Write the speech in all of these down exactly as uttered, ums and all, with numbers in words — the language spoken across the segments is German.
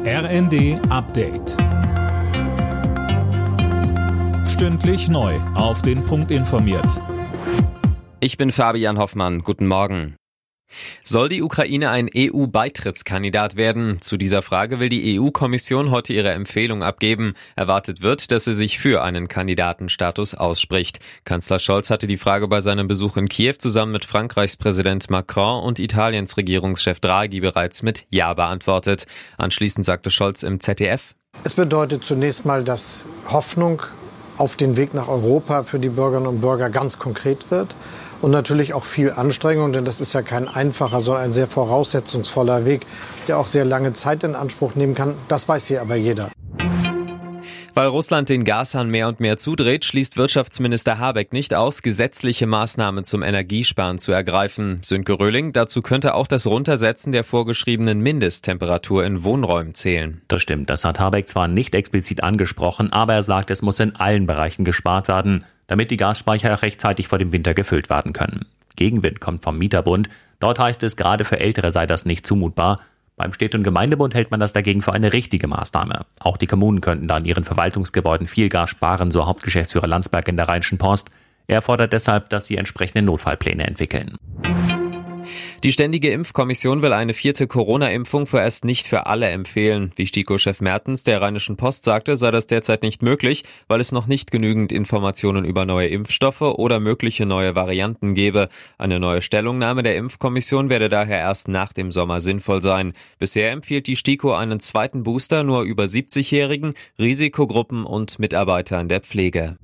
R N D Update. Stündlich neu auf den Punkt informiert. Ich bin Fabian Hoffmann. Guten Morgen. Soll die Ukraine ein E U-Beitrittskandidat werden? Zu dieser Frage will die E U-Kommission heute ihre Empfehlung abgeben. Erwartet wird, dass sie sich für einen Kandidatenstatus ausspricht. Kanzler Scholz hatte die Frage bei seinem Besuch in Kiew zusammen mit Frankreichs Präsident Macron und Italiens Regierungschef Draghi bereits mit Ja beantwortet. Anschließend sagte Scholz im Z D F: Es bedeutet zunächst mal, dass Hoffnung auf den Weg nach Europa für die Bürgerinnen und Bürger ganz konkret wird. Und natürlich auch viel Anstrengung, denn das ist ja kein einfacher, sondern ein sehr voraussetzungsvoller Weg, der auch sehr lange Zeit in Anspruch nehmen kann. Das weiß hier aber jeder. Weil Russland den Gashahn mehr und mehr zudreht, schließt Wirtschaftsminister Habeck nicht aus, gesetzliche Maßnahmen zum Energiesparen zu ergreifen. Sönke Röhling, dazu könnte auch das Runtersetzen der vorgeschriebenen Mindesttemperatur in Wohnräumen zählen. Das stimmt, das hat Habeck zwar nicht explizit angesprochen, aber er sagt, es muss in allen Bereichen gespart werden, damit die Gasspeicher rechtzeitig vor dem Winter gefüllt werden können. Gegenwind kommt vom Mieterbund. Dort heißt es, gerade für Ältere sei das nicht zumutbar. Beim Städte- und Gemeindebund hält man das dagegen für eine richtige Maßnahme. Auch die Kommunen könnten da in ihren Verwaltungsgebäuden viel Gas sparen, so Hauptgeschäftsführer Landsberg in der Rheinischen Post. Er fordert deshalb, dass sie entsprechende Notfallpläne entwickeln. Die Ständige Impfkommission will eine vierte Corona-Impfung vorerst nicht für alle empfehlen. Wie STIKO-Chef Mertens der Rheinischen Post sagte, sei das derzeit nicht möglich, weil es noch nicht genügend Informationen über neue Impfstoffe oder mögliche neue Varianten gebe. Eine neue Stellungnahme der Impfkommission werde daher erst nach dem Sommer sinnvoll sein. Bisher empfiehlt die STIKO einen zweiten Booster nur über siebzigjährigen, Risikogruppen und Mitarbeitern der Pflege.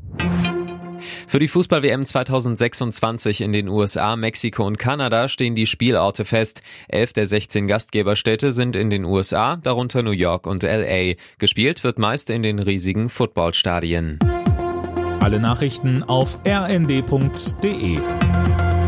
Für die Fußball-W M zweitausendsechsundzwanzig in den U S A, Mexiko und Kanada stehen die Spielorte fest. Elf der sechzehn Gastgeberstädte sind in den U S A, darunter New York und L A. Gespielt wird meist in den riesigen Footballstadien. Alle Nachrichten auf r n d punkt d e.